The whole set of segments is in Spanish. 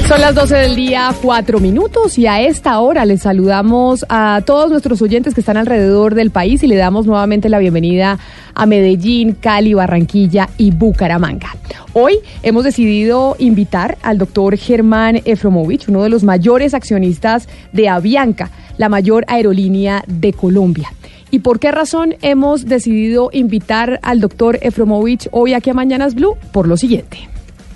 Son las 12 del día, 4 minutos, y a esta hora les saludamos a todos nuestros oyentes que están alrededor del país y le damos nuevamente la bienvenida a Medellín, Cali, Barranquilla y Bucaramanga. Hoy hemos decidido invitar al doctor Germán Efromovich, uno de los mayores accionistas de Avianca, la mayor aerolínea de Colombia. ¿Y por qué razón hemos decidido invitar al doctor Efromovich hoy aquí a Mañanas Blue? Por lo siguiente.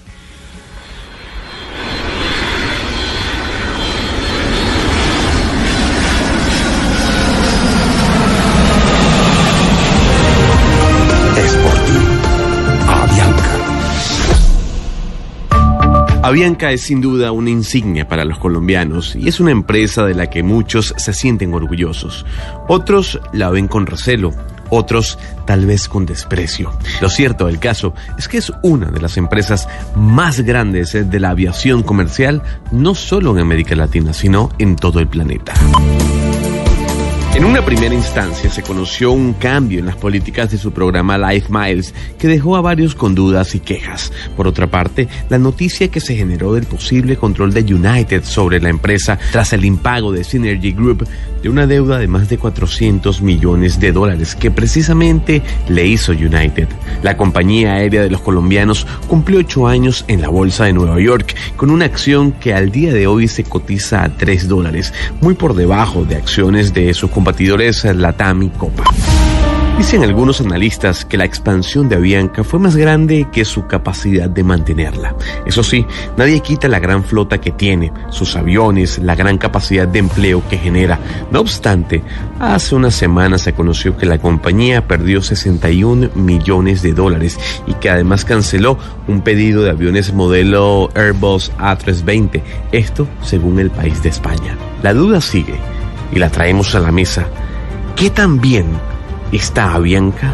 Avianca es sin duda una insignia para los colombianos y es una empresa de la que muchos se sienten orgullosos. Otros la ven con recelo, otros tal vez con desprecio. Lo cierto del caso es que es una de las empresas más grandes de la aviación comercial, no solo en América Latina, sino en todo el planeta. En una primera instancia se conoció un cambio en las políticas de su programa Life Miles que dejó a varios con dudas y quejas. Por otra parte, la noticia que se generó del posible control de United sobre la empresa tras el impago de Synergy Group de una deuda de más de $400 millones que precisamente le hizo United. La compañía aérea de los colombianos cumplió 8 años en la bolsa de Nueva York con una acción que al día de hoy se cotiza a $3, muy por debajo de acciones de sus competidores LATAM y Copa. Dicen algunos analistas que la expansión de Avianca fue más grande que su capacidad de mantenerla. Eso sí, nadie quita la gran flota que tiene, sus aviones, la gran capacidad de empleo que genera. No obstante, hace unas semanas se conoció que la compañía perdió $61 millones y que además canceló un pedido de aviones modelo Airbus A320, esto según El País de España. La duda sigue y la traemos a la mesa. ¿Qué tan bien está Avianca?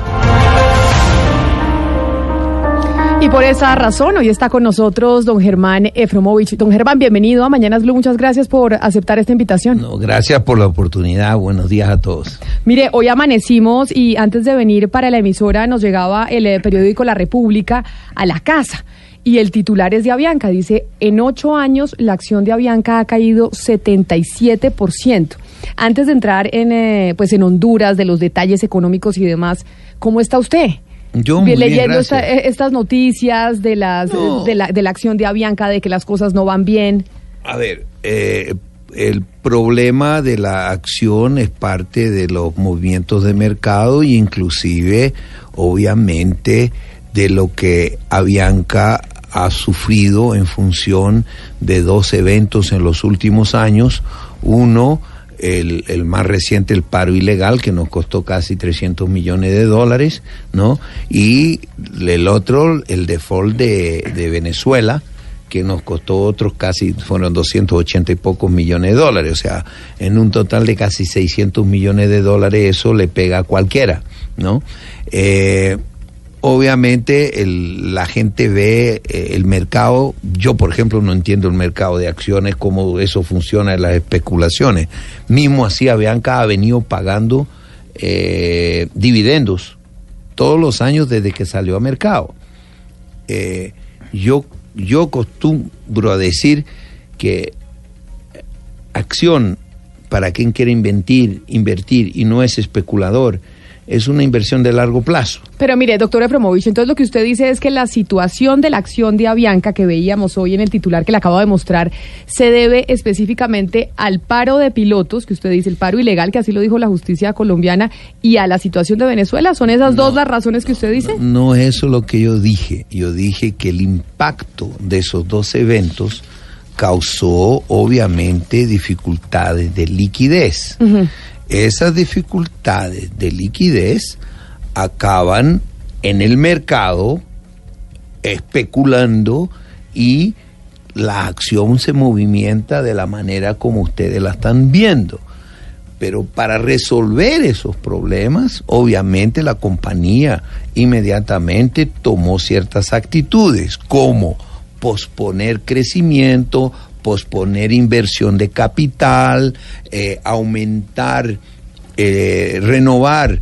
Y por esa razón, hoy está con nosotros don Germán Efromovich. Don Germán, bienvenido a Mañanas Blue. Muchas gracias por aceptar esta invitación. No, gracias por la oportunidad. Buenos días a todos. Mire, hoy amanecimos y antes de venir para la emisora nos llegaba el periódico La República a la casa. Y el titular es de Avianca. Dice, en 8 años la acción de Avianca ha caído 77%. Antes de entrar en Honduras, de los detalles económicos y demás, ¿cómo está usted? Yo muy leyendo bien, estas noticias de la acción de Avianca, de que las cosas no van bien. A ver, el problema de la acción es parte de los movimientos de mercado e inclusive, obviamente, de lo que Avianca ha sufrido en función de 2 eventos en los últimos años. Uno, el más reciente, el paro ilegal, que nos costó casi $300 millones, ¿no? Y el otro, el default de Venezuela, que nos costó otros casi, fueron 280 y pocos millones de dólares. O sea, en un total de casi $600 millones, eso le pega a cualquiera, ¿no? Obviamente la gente ve el mercado. Yo, por ejemplo, no entiendo el mercado de acciones, cómo eso funciona en las especulaciones. Mismo así, Avianca ha venido pagando dividendos todos los años desde que salió a mercado. Yo acostumbro a decir que acción, para quien quiere invertir y no es especulador, es una inversión de largo plazo. Pero mire, doctor Efromovich, entonces lo que usted dice es que la situación de la acción de Avianca que veíamos hoy en el titular que le acabo de mostrar se debe específicamente al paro de pilotos, que usted dice, el paro ilegal, que así lo dijo la justicia colombiana, y a la situación de Venezuela. ¿Son esas dos las razones que usted dice? No es eso lo que yo dije. Yo dije que el impacto de esos 2 eventos causó, obviamente, dificultades de liquidez. Uh-huh. Esas dificultades de liquidez acaban en el mercado especulando y la acción se movimienta de la manera como ustedes la están viendo. Pero para resolver esos problemas, obviamente la compañía inmediatamente tomó ciertas actitudes, como posponer crecimiento, posponer inversión de capital, aumentar, renovar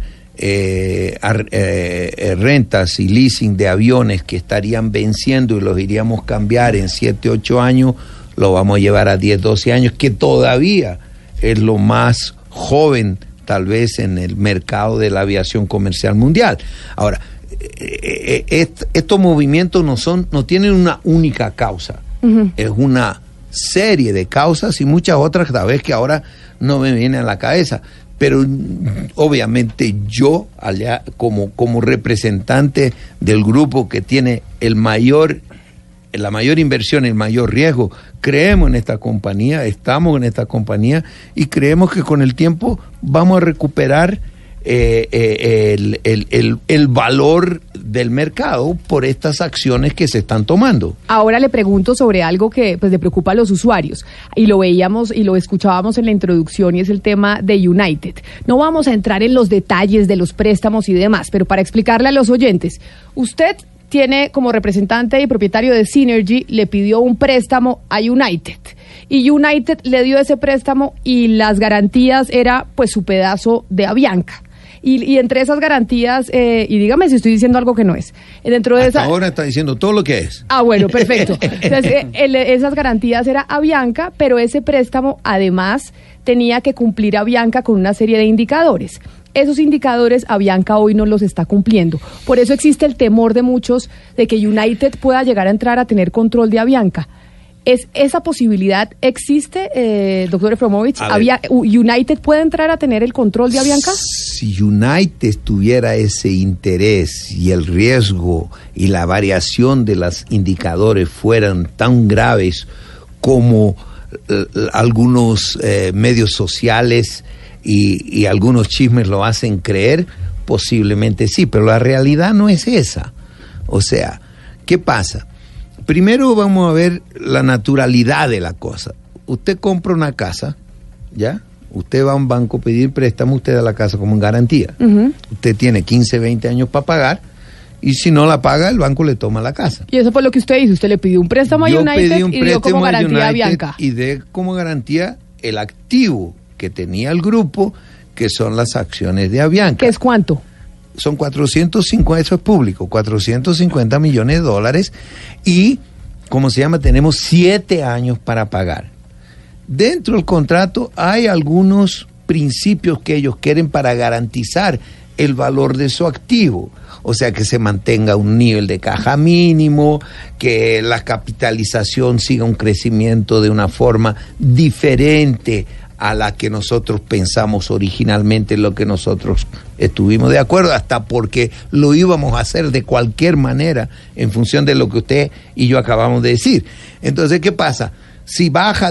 rentas y leasing de aviones que estarían venciendo y los iríamos a cambiar en 7, 8 años, lo vamos a llevar a 10, 12 años, que todavía es lo más joven tal vez en el mercado de la aviación comercial mundial. Ahora, estos movimientos no tienen una única causa, es una serie de causas y muchas otras tal vez que ahora no me vienen a la cabeza, pero obviamente yo allá como representante del grupo que tiene la mayor inversión, el mayor riesgo, creemos en esta compañía, estamos en esta compañía y creemos que con el tiempo vamos a recuperar el valor del mercado por estas acciones que se están tomando. Ahora le pregunto sobre algo que pues le preocupa a los usuarios, y lo veíamos y lo escuchábamos en la introducción, y es el tema de United. No vamos a entrar en los detalles de los préstamos y demás, pero para explicarle a los oyentes, usted tiene como representante y propietario de Synergy, le pidió un préstamo a United, y United le dio ese préstamo y las garantías era pues su pedazo de Avianca. Y entre esas garantías, y dígame si estoy diciendo algo que no es, dentro de ahora está diciendo todo lo que es. Ah, bueno, perfecto. Entonces, esas garantías era Avianca, pero ese préstamo además tenía que cumplir Avianca con una serie de indicadores. Esos indicadores Avianca hoy no los está cumpliendo. Por eso existe el temor de muchos de que United pueda llegar a entrar a tener control de Avianca. ¿Esa posibilidad existe, doctor Efromovich? ¿United puede entrar a tener el control de Avianca? Si United tuviera ese interés y el riesgo y la variación de los indicadores fueran tan graves como algunos medios sociales y algunos chismes lo hacen creer, posiblemente sí, pero la realidad no es esa. O sea, ¿qué pasa? Primero vamos a ver la naturalidad de la cosa. Usted compra una casa, ¿ya? Usted va a un banco a pedir préstamo, usted da la casa como en garantía. Usted tiene 15, 20 años para pagar, y si no la paga, el banco le toma la casa. Y eso fue lo que usted hizo. Usted le pidió un préstamo a United y dio como garantía a Avianca. Y de como garantía el activo que tenía el grupo, que son las acciones de Avianca. ¿Qué es cuánto? Son 450, eso es público, $450 millones, y, ¿cómo se llama? Tenemos 7 años para pagar. Dentro del contrato hay algunos principios que ellos quieren para garantizar el valor de su activo. O sea, que se mantenga un nivel de caja mínimo, que la capitalización siga un crecimiento de una forma diferente a la que nosotros pensamos originalmente, lo que nosotros estuvimos de acuerdo, hasta porque lo íbamos a hacer de cualquier manera en función de lo que usted y yo acabamos de decir. Entonces, ¿qué pasa? Si baja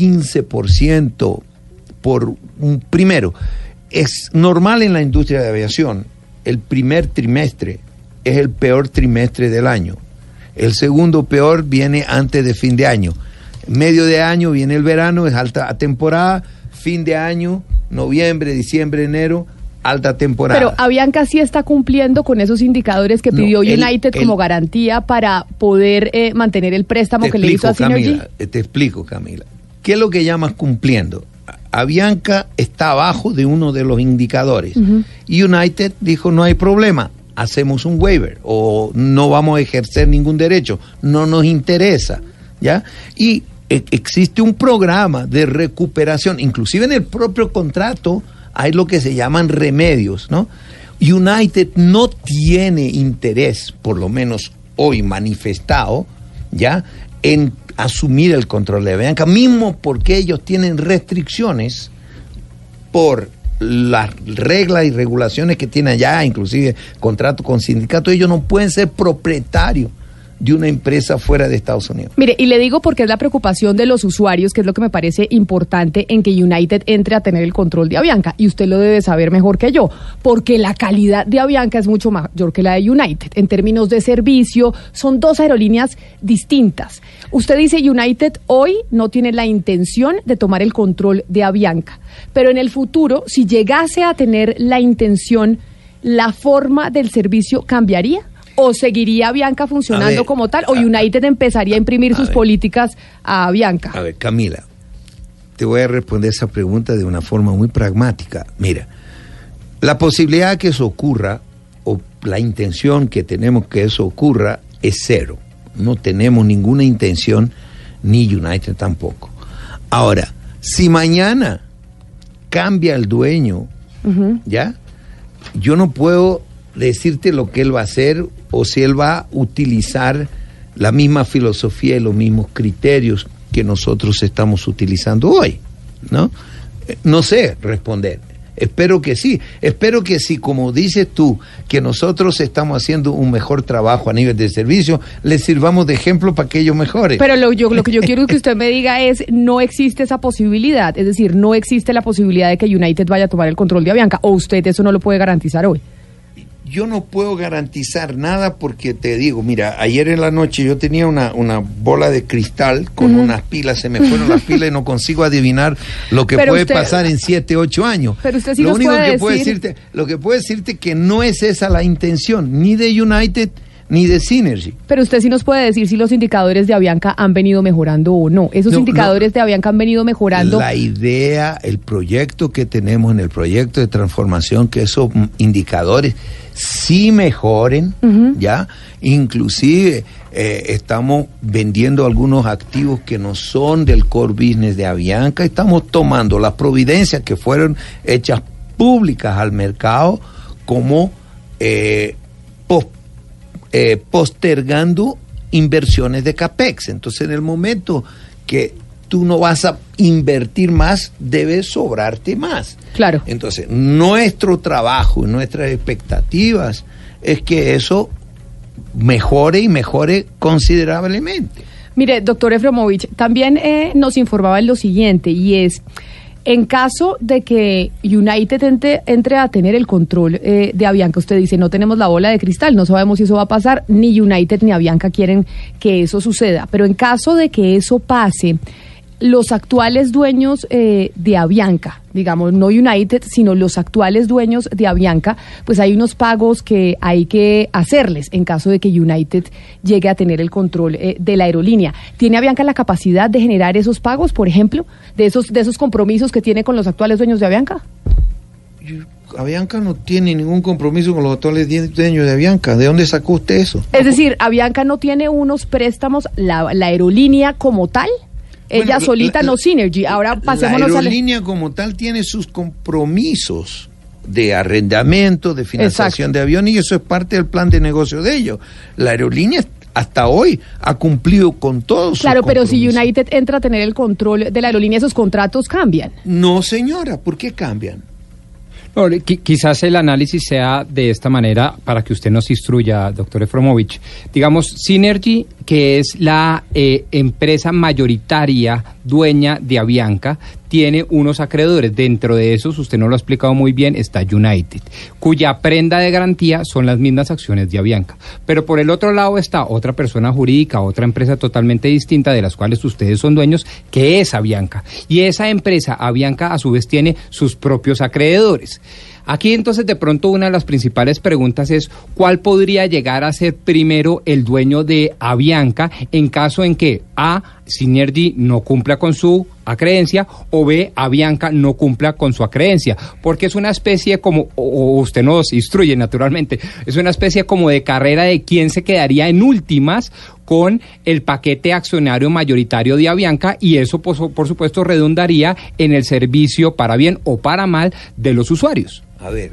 10-15% primero, es normal en la industria de aviación, el primer trimestre es el peor trimestre del año. El segundo peor viene antes de fin de año. Medio de año viene el verano, es alta temporada. Fin de año, noviembre, diciembre, enero, alta temporada. Pero Avianca sí está cumpliendo con esos indicadores que pidió United como garantía para poder mantener el préstamo que le hizo a Synergy. Te explico, Camila. ¿Qué es lo que llamas cumpliendo? Avianca está abajo de uno de los indicadores. Y United dijo, no hay problema, hacemos un waiver o no vamos a ejercer ningún derecho, no nos interesa, ¿ya? Y existe un programa de recuperación, inclusive en el propio contrato hay lo que se llaman remedios, ¿no? United no tiene interés, por lo menos hoy manifestado, ¿ya?, en asumir el control de Avianca, mismo porque ellos tienen restricciones por las reglas y regulaciones que tienen allá, inclusive contrato con sindicatos. Ellos no pueden ser propietarios de una empresa fuera de Estados Unidos. Mire, y le digo porque es la preocupación de los usuarios, que es lo que me parece importante en que United entre a tener el control de Avianca, y usted lo debe saber mejor que yo, porque la calidad de Avianca es mucho mayor que la de United. En términos de servicio, son dos aerolíneas distintas. Usted dice United hoy no tiene la intención de tomar el control de Avianca, pero en el futuro, si llegase a tener la intención, ¿la forma del servicio cambiaría? ¿O seguiría Avianca funcionando como tal? ¿O United empezaría a imprimir sus políticas a Avianca? A ver, Camila, te voy a responder esa pregunta de una forma muy pragmática. Mira, la posibilidad de que eso ocurra, o la intención que tenemos que eso ocurra, es cero. No tenemos ninguna intención ni United tampoco. Ahora, si mañana cambia el dueño, ¿ya? Yo no puedo decirte lo que él va a hacer o si él va a utilizar la misma filosofía y los mismos criterios que nosotros estamos utilizando hoy, ¿no? No sé responder. Espero que sí, como dices tú, que nosotros estamos haciendo un mejor trabajo a nivel de servicio, les sirvamos de ejemplo para que ellos mejoren. Pero lo que yo quiero que usted me diga es, no existe esa posibilidad, es decir, no existe la posibilidad de que United vaya a tomar el control de Avianca, o usted eso no lo puede garantizar hoy. Yo no puedo garantizar nada porque te digo, mira, ayer en la noche yo tenía una bola de cristal con unas pilas, se me fueron las pilas y no consigo adivinar lo que puede pasar en 7, 8 años. Pero usted sí lo único que puede decirte, lo que puedo decirte que no es esa la intención, ni de United ni de Synergy. Pero usted sí nos puede decir si los indicadores de Avianca han venido mejorando o no. ¿Esos indicadores de Avianca han venido mejorando? La idea, el proyecto que tenemos en el proyecto de transformación, que esos indicadores sí mejoren, ¿ya? Inclusive estamos vendiendo algunos activos que no son del core business de Avianca. Estamos tomando las providencias que fueron hechas públicas al mercado como postergando inversiones de CAPEX. Entonces, en el momento que tú no vas a invertir más, debe sobrarte más. Claro. Entonces, nuestro trabajo y nuestras expectativas es que eso mejore y mejore considerablemente. Mire, doctor Efromovich, también nos informaba en lo siguiente, y es, en caso de que United entre a tener el control de Avianca, usted dice, no tenemos la bola de cristal, no sabemos si eso va a pasar, ni United ni Avianca quieren que eso suceda, pero en caso de que eso pase, los actuales dueños de Avianca, digamos, no United, sino los actuales dueños de Avianca, pues hay unos pagos que hay que hacerles en caso de que United llegue a tener el control de la aerolínea. ¿Tiene Avianca la capacidad de generar esos pagos, por ejemplo, de esos compromisos que tiene con los actuales dueños de Avianca? Avianca no tiene ningún compromiso con los actuales dueños de Avianca. ¿De dónde sacó usted eso? Es decir, Avianca no tiene unos préstamos, la aerolínea como tal. Ella bueno, solita no Synergy. Ahora pasémonos a la aerolínea como tal tiene sus compromisos de arrendamiento, de financiación de aviones, y eso es parte del plan de negocio de ellos. La aerolínea hasta hoy ha cumplido con todos sus compromisos. Claro, pero si United entra a tener el control de la aerolínea, ¿esos contratos cambian? No, señora, ¿por qué cambian? No, quizás el análisis sea de esta manera para que usted nos instruya, doctor Efromovich. Digamos, Synergy, que es la empresa mayoritaria dueña de Avianca, tiene unos acreedores. Dentro de esos, usted nos lo ha explicado muy bien, está United, cuya prenda de garantía son las mismas acciones de Avianca. Pero por el otro lado está otra persona jurídica, otra empresa totalmente distinta de las cuales ustedes son dueños, que es Avianca. Y esa empresa, Avianca, a su vez tiene sus propios acreedores. Aquí entonces de pronto una de las principales preguntas es ¿cuál podría llegar a ser primero el dueño de Avianca en caso en que A, Synergy no cumpla con su acreencia o B, Avianca no cumpla con su acreencia? Porque es una especie como, o usted nos instruye naturalmente, es una especie como de carrera de quién se quedaría en últimas con el paquete accionario mayoritario de Avianca, y eso por supuesto redundaría en el servicio para bien o para mal de los usuarios. A ver,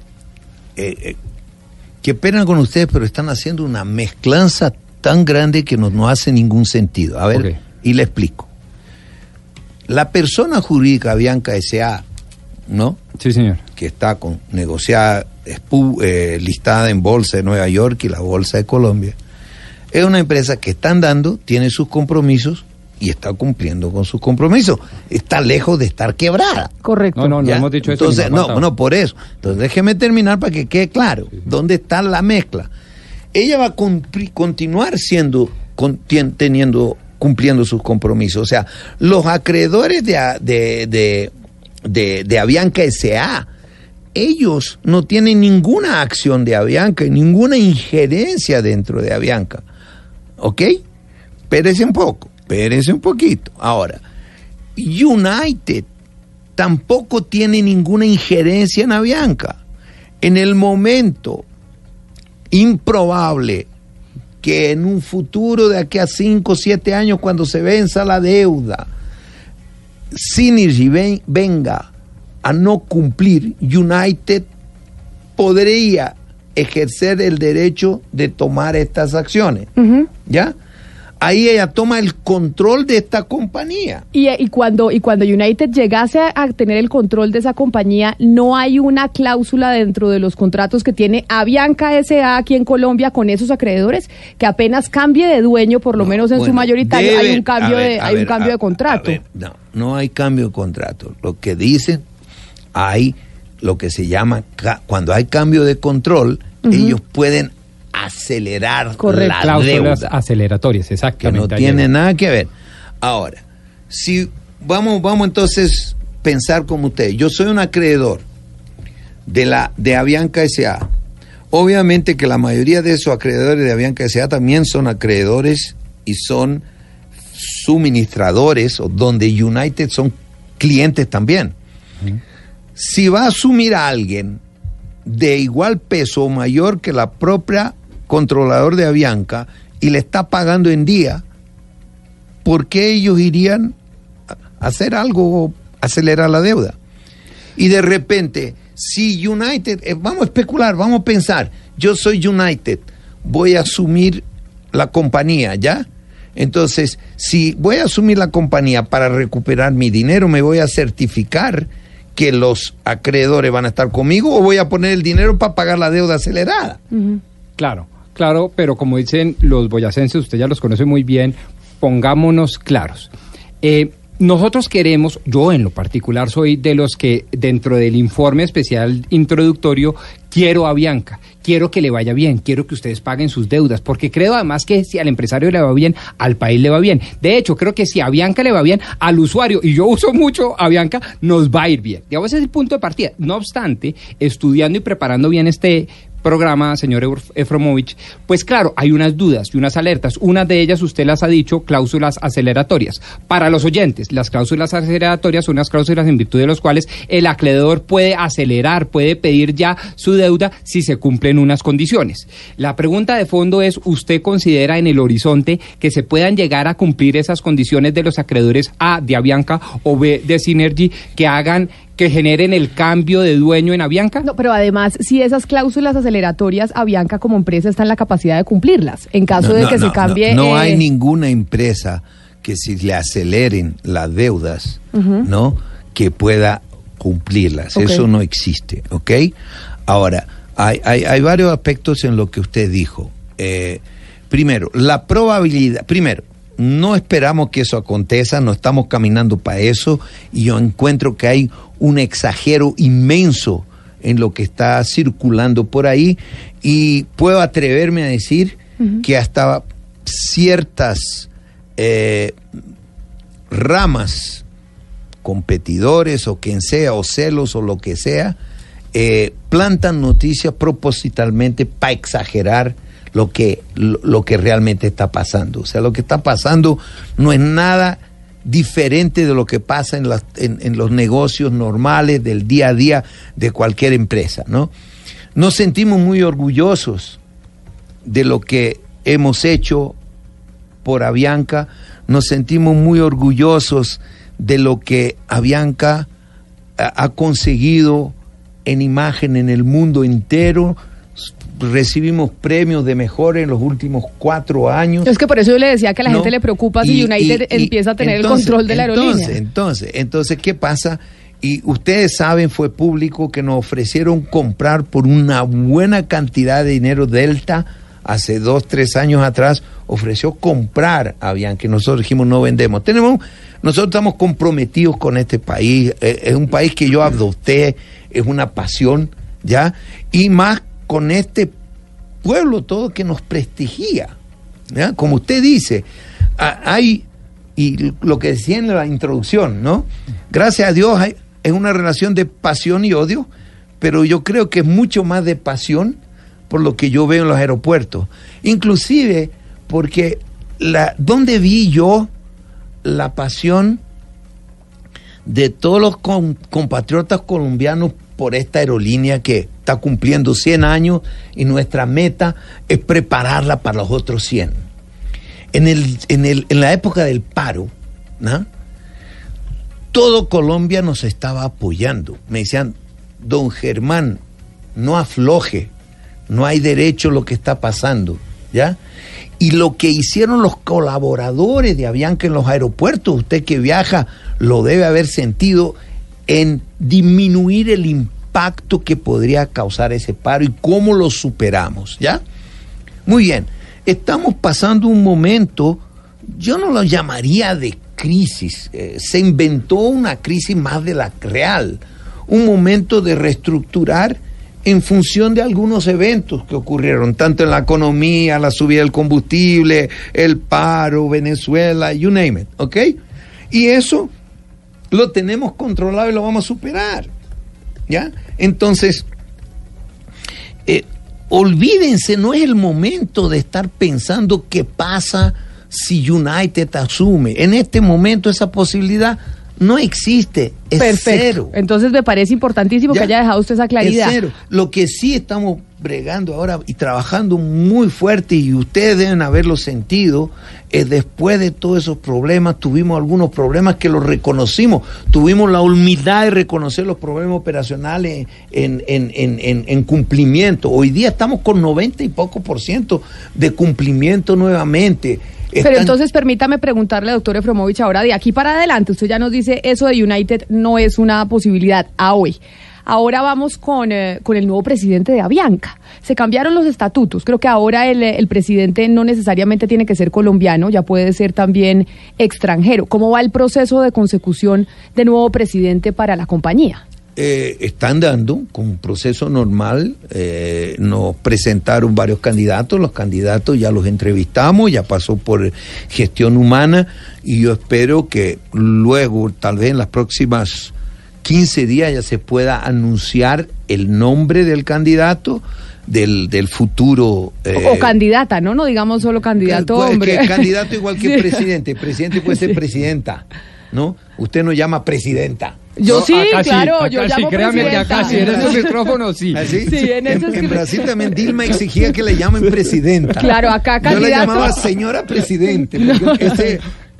qué pena con ustedes, pero están haciendo una mezclanza tan grande que no hace ningún sentido. A ver, okay. Y le explico. La persona jurídica Avianca S.A., ¿no? Sí, señor. Que está negociada, listada en Bolsa de Nueva York y la Bolsa de Colombia, es una empresa que está andando, tiene sus compromisos y está cumpliendo con sus compromisos. Está lejos de estar quebrada. Correcto. No hemos dicho eso. Entonces, no, por eso. Entonces, déjeme terminar para que quede claro dónde está la mezcla. Ella va a continuar cumpliendo sus compromisos. O sea, los acreedores de Avianca S.A., ellos no tienen ninguna acción de Avianca y ninguna injerencia dentro de Avianca. ¿Ok? Espérese un poquito. Ahora, United tampoco tiene ninguna injerencia en Avianca. En el momento improbable que en un futuro de aquí a 5 o 7 años, cuando se venza la deuda, Synergy venga a no cumplir, United podría ejercer el derecho de tomar estas acciones. ¿Ya? Ahí ella toma el control de esta compañía. Y cuando United llegase a tener el control de esa compañía, ¿no hay una cláusula dentro de los contratos que tiene Avianca S.A. aquí en Colombia con esos acreedores que apenas cambie de dueño, por lo menos en su mayoritario, hay un cambio de contrato? No hay cambio de contrato. Lo que dicen, hay lo que se llama, cuando hay cambio de control, ellos pueden acelerar la deuda. Aceleratorias, exactamente. Que no tiene nada que ver. Ahora, si vamos entonces a pensar como ustedes. Yo soy un acreedor de Avianca S.A. Obviamente que la mayoría de esos acreedores de Avianca S.A. también son acreedores y son suministradores, o donde United son clientes también. Si va a asumir a alguien de igual peso o mayor que la propia controlador de Avianca y le está pagando en día, ¿por qué ellos irían a hacer algo, acelerar la deuda? Y de repente, si United, vamos a especular, vamos a pensar, yo soy United, voy a asumir la compañía, ¿ya? Entonces, si voy a asumir la compañía para recuperar mi dinero, me voy a certificar que los acreedores van a estar conmigo, o voy a poner el dinero para pagar la deuda acelerada. Claro, pero como dicen los boyacenses, usted ya los conoce muy bien, pongámonos claros. Nosotros queremos, yo en lo particular soy de los que dentro del informe especial introductorio quiero a Avianca, quiero que le vaya bien, quiero que ustedes paguen sus deudas, porque creo además que si al empresario le va bien, al país le va bien. De hecho, creo que si a Avianca le va bien, al usuario, y yo uso mucho Avianca, nos va a ir bien. Digamos, ese es el punto de partida. No obstante, estudiando y preparando bien este programa, señor Efromovich, pues claro, hay unas dudas y unas alertas. Una de ellas, usted las ha dicho, cláusulas aceleratorias. Para los oyentes, las cláusulas aceleratorias son unas cláusulas en virtud de las cuales el acreedor puede acelerar, puede pedir ya su deuda si se cumplen unas condiciones. La pregunta de fondo es, ¿usted considera en el horizonte que se puedan llegar a cumplir esas condiciones de los acreedores A, de Avianca, o B, de Synergy, que generen el cambio de dueño en Avianca? No, pero además, si esas cláusulas aceleratorias, Avianca como empresa está en la capacidad de cumplirlas, en caso de que se cambie... No hay ninguna empresa que si le aceleren las deudas, ¿no?, que pueda cumplirlas. Okay. Eso no existe, ¿ok? Ahora, hay varios aspectos en lo que usted dijo. Primero, la probabilidad... no esperamos que eso acontezca, no estamos caminando para eso, y yo encuentro que hay un exagero inmenso en lo que está circulando por ahí, y puedo atreverme a decir que hasta ciertas ramas, competidores o quien sea, o celos o lo que sea, plantan noticias propositalmente para exagerar lo que realmente está pasando. O sea, lo que está pasando no es nada diferente de lo que pasa en los negocios normales del día a día de cualquier empresa, ¿no? Nos sentimos muy orgullosos de lo que hemos hecho por Avianca, nos sentimos muy orgullosos de lo que Avianca ha conseguido en imagen en el mundo entero. Recibimos premios de mejor en los últimos 4 años. Es que por eso yo le decía que a la gente le preocupa si United empieza a tener el control de la aerolínea. Entonces, ¿qué pasa? Y ustedes saben, fue público que nos ofrecieron comprar por una buena cantidad de dinero. Delta, hace 2-3 años atrás, ofreció comprar a Avianca, que nosotros dijimos no vendemos. Nosotros estamos comprometidos con este país, es un país que yo adopté, es una pasión, ¿ya? Y más con este pueblo todo que nos prestigia, ¿ya? Como usted dice, y lo que decía en la introducción, ¿no? Gracias a Dios es una relación de pasión y odio, pero yo creo que es mucho más de pasión por lo que yo veo en los aeropuertos, inclusive porque ¿dónde vi yo la pasión de todos los compatriotas colombianos por esta aerolínea que está cumpliendo 100 años y nuestra meta es prepararla para los otros 100. En la época del paro, ¿no?, todo Colombia nos estaba apoyando. Me decían, don Germán, no afloje, no hay derecho a lo que está pasando, ¿ya? Y lo que hicieron los colaboradores de Avianca en los aeropuertos, usted que viaja lo debe haber sentido, en disminuir el impacto que podría causar ese paro y cómo lo superamos, ¿ya? Muy bien, estamos pasando un momento, yo no lo llamaría de crisis, se inventó una crisis más de la real, un momento de reestructurar en función de algunos eventos que ocurrieron, tanto en la economía, la subida del combustible, el paro, Venezuela, you name it, ¿ok? Y eso lo tenemos controlado y lo vamos a superar, ¿ya? Entonces, olvídense, no es el momento de estar pensando qué pasa si United asume. En este momento esa posibilidad no existe, es cero. Entonces me parece importantísimo que haya dejado usted esa claridad. Es cero. Lo que sí estamos bregando ahora y trabajando muy fuerte, y ustedes deben haberlo sentido, es después de todos esos problemas, tuvimos algunos problemas que los reconocimos, tuvimos la humildad de reconocer los problemas operacionales en cumplimiento. Hoy día estamos con 90 y poco % de cumplimiento nuevamente. Pero entonces permítame preguntarle, doctor Efromovich, ahora de aquí para adelante, usted ya nos dice eso de United no es una posibilidad a hoy. Ahora vamos con el nuevo presidente de Avianca. Se cambiaron los estatutos. Creo que ahora el presidente no necesariamente tiene que ser colombiano, ya puede ser también extranjero. ¿Cómo va el proceso de consecución de nuevo presidente para la compañía? Están dando con un proceso normal. Nos presentaron varios candidatos, los candidatos ya los entrevistamos, ya pasó por gestión humana, y yo espero que luego, tal vez en las próximas 15 días, ya se pueda anunciar el nombre del candidato, del futuro... o candidata, ¿no? No digamos solo candidato, hombre. Que candidato igual que presidente. Presidente puede ser presidenta, ¿no? Usted no llama presidenta. Yo sí, acá claro, sí, yo llamo créame presidenta. que acá sí, en esos micrófonos sí. ¿Así? Sí, en Brasil también Dilma exigía que le llamen presidenta. Claro, acá candidato. Yo la llamaba señora presidente, porque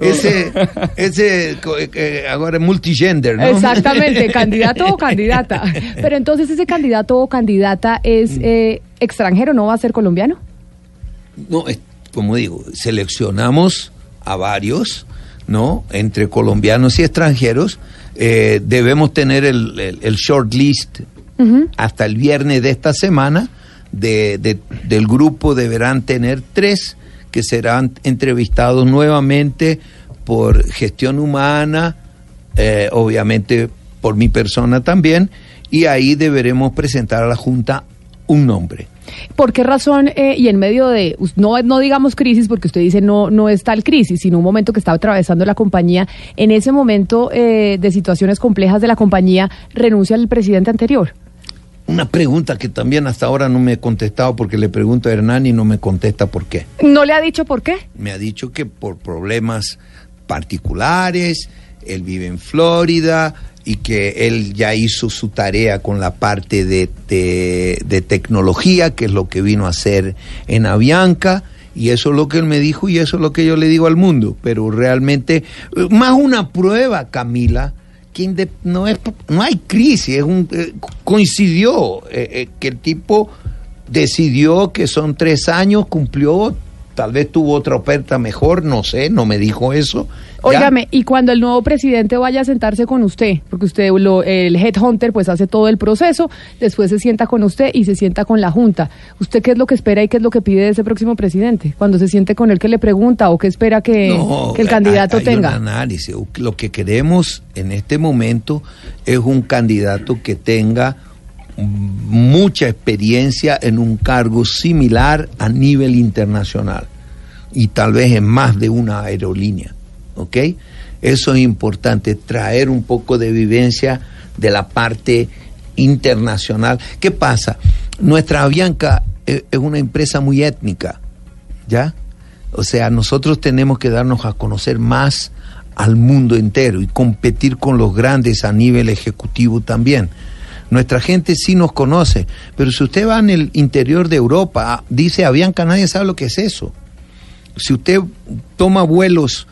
ese ahora es multigender, ¿no? Exactamente, candidato o candidata. Pero entonces ese candidato o candidata es extranjero, ¿no va a ser colombiano? No, como digo, seleccionamos a varios, ¿no? Entre colombianos y extranjeros. Debemos tener el short list hasta el viernes de esta semana. Del grupo deberán tener 3 que serán entrevistados nuevamente por gestión humana, obviamente por mi persona también, y ahí deberemos presentar a la Junta un nombre. ¿Por qué razón, y en medio de, no digamos crisis, porque usted dice no es tal crisis, sino un momento que estaba atravesando la compañía, en ese momento de situaciones complejas de la compañía, renuncia el presidente anterior? Una pregunta que también hasta ahora no me he contestado, porque le pregunto a Hernán y no me contesta por qué. ¿No le ha dicho por qué? Me ha dicho que por problemas particulares, él vive en Florida y que él ya hizo su tarea con la parte de tecnología, que es lo que vino a hacer en Avianca, y eso es lo que él me dijo y eso es lo que yo le digo al mundo. Pero realmente, más una prueba, Camila, que no hay crisis, coincidió que el tipo decidió que son 3 años, cumplió, tal vez tuvo otra oferta mejor, no sé, no me dijo eso. Óigame, y cuando el nuevo presidente vaya a sentarse con usted, porque usted, el headhunter, pues hace todo el proceso, después se sienta con usted y se sienta con la Junta. ¿Usted qué es lo que espera y qué es lo que pide de ese próximo presidente? Cuando se siente con él, ¿qué le pregunta o qué espera que el candidato tenga? Hay un análisis. Lo que queremos en este momento es un candidato que tenga mucha experiencia en un cargo similar a nivel internacional y tal vez en más de una aerolínea, ¿ok? Eso es importante, traer un poco de vivencia de la parte internacional. ¿Qué pasa? Nuestra Avianca es una empresa muy étnica, ¿ya? O sea, nosotros tenemos que darnos a conocer más al mundo entero y competir con los grandes a nivel ejecutivo también. Nuestra gente sí nos conoce, pero si usted va en el interior de Europa, dice Avianca, nadie sabe lo que es eso. Si usted toma vuelos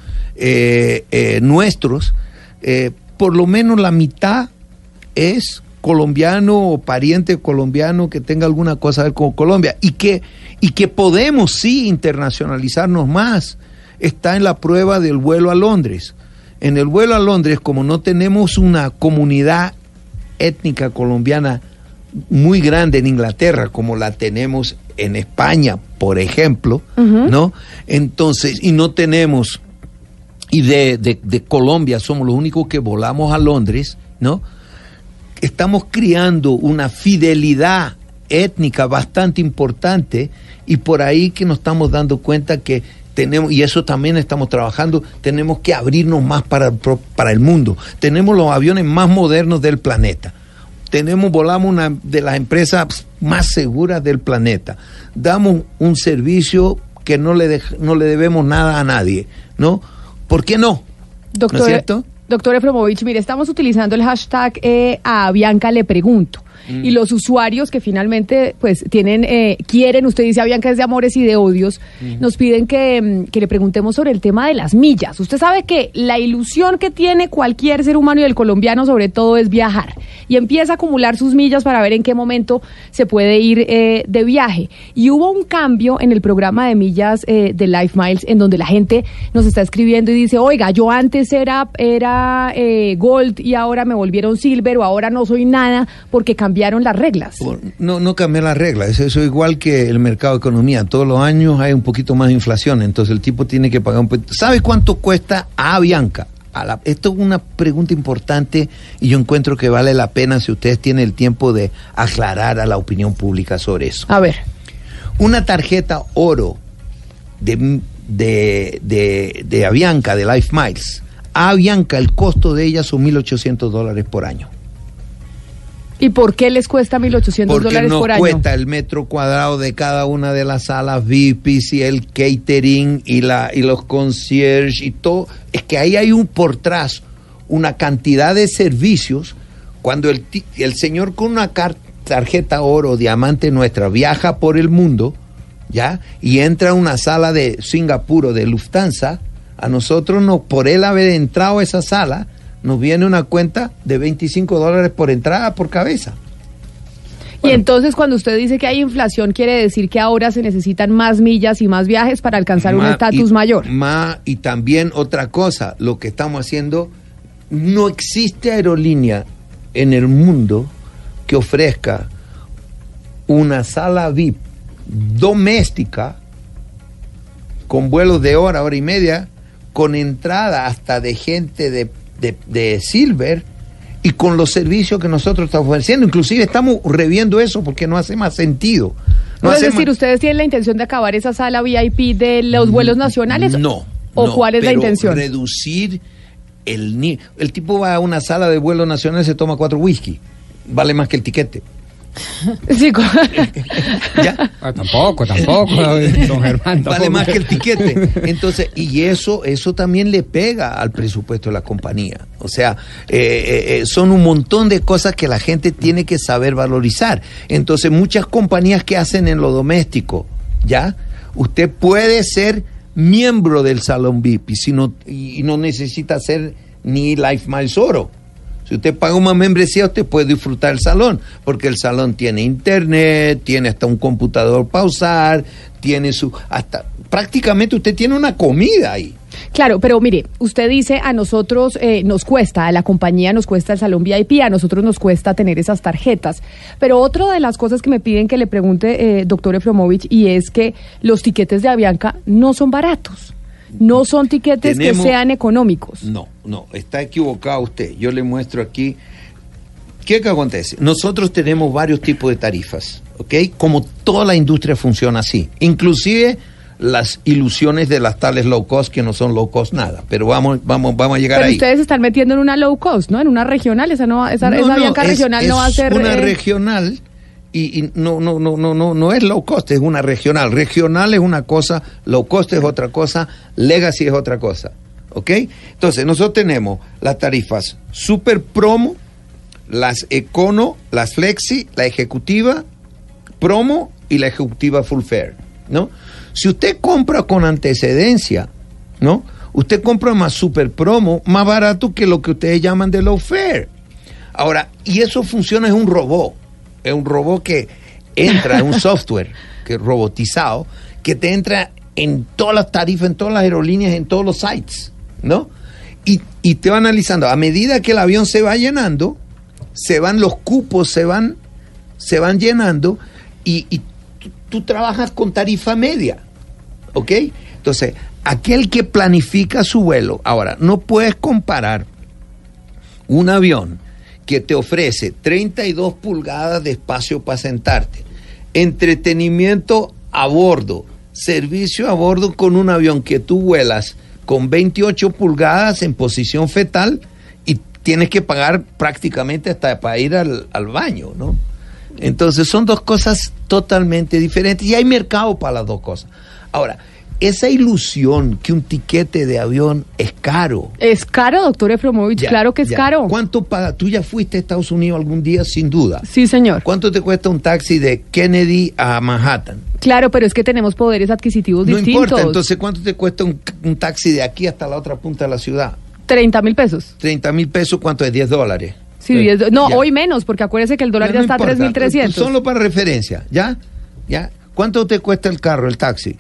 nuestros, por lo menos la mitad es colombiano o pariente colombiano que tenga alguna cosa a ver con Colombia, y que podemos sí internacionalizarnos más. Está en la prueba del vuelo a Londres. En el vuelo a Londres, como no tenemos una comunidad étnica colombiana muy grande en Inglaterra, como la tenemos en España, por ejemplo, ¿no? Entonces, y no tenemos, y de Colombia somos los únicos que volamos a Londres, ¿no? Estamos creando una fidelidad étnica bastante importante, y por ahí que nos estamos dando cuenta que tenemos, y eso también estamos trabajando, tenemos que abrirnos más para el mundo. Tenemos los aviones más modernos del planeta. Volamos una de las empresas más seguras del planeta. Damos un servicio que no le debemos nada a nadie, ¿no? ¿Por qué no? Doctor, ¿no es cierto? Doctor Efromovich, mire, estamos utilizando el hashtag a Avianca le pregunto. Y los usuarios que finalmente pues quieren, usted dice Avianca es de amores y de odios, nos piden que le preguntemos sobre el tema de las millas. Usted sabe que la ilusión que tiene cualquier ser humano, y el colombiano sobre todo, es viajar, y empieza a acumular sus millas para ver en qué momento se puede ir de viaje. Y hubo un cambio en el programa de millas de Life Miles, en donde la gente nos está escribiendo y dice, oiga, yo antes era Gold y ahora me volvieron Silver, o ahora no soy nada porque cambiaron las reglas. No cambian las reglas, eso es igual que el mercado de economía. Todos los años hay un poquito más de inflación, entonces el tipo tiene que pagar un poquito. ¿Sabe cuánto cuesta a Avianca? Esto es una pregunta importante, y yo encuentro que vale la pena, si ustedes tienen el tiempo, de aclarar a la opinión pública sobre eso. A ver. Una tarjeta oro de Avianca, de Life Miles, a Avianca el costo de ella son $1,800 por año. ¿Y por qué les cuesta $1,800 por año? Porque nos cuesta el metro cuadrado de cada una de las salas VIPs, y el catering, y los concierge, y todo. Es que ahí hay por detrás una cantidad de servicios. Cuando el señor con una tarjeta oro diamante nuestra viaja por el mundo, ¿ya? Y entra a una sala de Singapur o de Lufthansa, a nosotros, por él haber entrado a esa sala, nos viene una cuenta de $25 por entrada por cabeza. Y entonces, cuando usted dice que hay inflación, quiere decir que ahora se necesitan más millas y más viajes para alcanzar un estatus mayor. Y también otra cosa, lo que estamos haciendo, no existe aerolínea en el mundo que ofrezca una sala VIP doméstica con vuelos de hora y media, con entrada hasta de gente de Silver, y con los servicios que nosotros estamos ofreciendo. Inclusive estamos reviendo eso porque no hace más sentido. Es decir, ¿ustedes tienen la intención de acabar esa sala VIP de los vuelos nacionales? No. ¿Cuál es la intención? Reducir el tipo va a una sala de vuelo nacional y se toma 4 whisky. Vale más que el tiquete. Sí, ¿Ya? Tampoco, don Germán. Vale más que el tiquete. Entonces, y eso también le pega al presupuesto de la compañía. O sea, son un montón de cosas que la gente tiene que saber valorizar. Entonces, muchas compañías que hacen en lo doméstico, ¿ya? Usted puede ser miembro del Salón VIP y no necesita ser ni Life Miles Oro. Si usted paga una membresía, usted puede disfrutar el salón, porque el salón tiene internet, tiene hasta un computador para usar, tiene prácticamente usted tiene una comida ahí. Claro, pero mire, usted dice a nosotros nos cuesta, a la compañía nos cuesta el salón VIP, a nosotros nos cuesta tener esas tarjetas. Pero otra de las cosas que me piden que le pregunte, doctor Efromovich, y es que los tiquetes de Avianca no son baratos. No son tiquetes que sean económicos. No, está equivocado usted. Yo le muestro aquí. ¿Qué acontece? Nosotros tenemos varios tipos de tarifas, ¿ok? Como toda la industria funciona así. Inclusive las ilusiones de las tales low cost, que no son low cost nada. Pero vamos a llegar ahí. Pero ustedes están metiendo en una low cost, ¿no? En una regional. Esa Avianca regional no va a ser... Es una regional... Y no es low cost, es una regional. Regional es una cosa, low cost es otra cosa, legacy es otra cosa. ¿Ok? Entonces, nosotros tenemos las tarifas super promo, las Econo, las Flexi, la Ejecutiva Promo y la Ejecutiva Full Fare, ¿no? Si usted compra con antecedencia, ¿no? Usted compra más super promo, más barato que lo que ustedes llaman de low fare. Ahora, y eso funciona, es un robot que entra, es un software que es robotizado, que te entra en todas las tarifas, en todas las aerolíneas, en todos los sites, ¿no? Y te va analizando. A medida que el avión se va llenando, los cupos se van llenando y tú trabajas con tarifa media, ¿ok? Entonces, aquel que planifica su vuelo, ahora, no puedes comparar un avión que te ofrece 32 pulgadas de espacio para sentarte, entretenimiento a bordo, servicio a bordo, con un avión que tú vuelas con 28 pulgadas en posición fetal y tienes que pagar prácticamente hasta para ir al baño, ¿no? Entonces son dos cosas totalmente diferentes y hay mercado para las dos cosas. Ahora, esa ilusión que un tiquete de avión es caro. ¿Es caro, doctor Efromovich? Claro que es caro. ¿Cuánto paga? Tú ya fuiste a Estados Unidos algún día, sin duda. Sí, señor. ¿Cuánto te cuesta un taxi de Kennedy a Manhattan? Claro, pero es que tenemos poderes adquisitivos distintos. No importa, entonces ¿cuánto te cuesta un taxi de aquí hasta la otra punta de la ciudad? 30,000 pesos. 30,000 pesos, ¿cuánto es? $10. Sí, no, hoy menos, porque acuérdese que el dólar ya está a 3,300. Solo para referencia, ¿ya? ¿Cuánto te cuesta el carro, el taxi?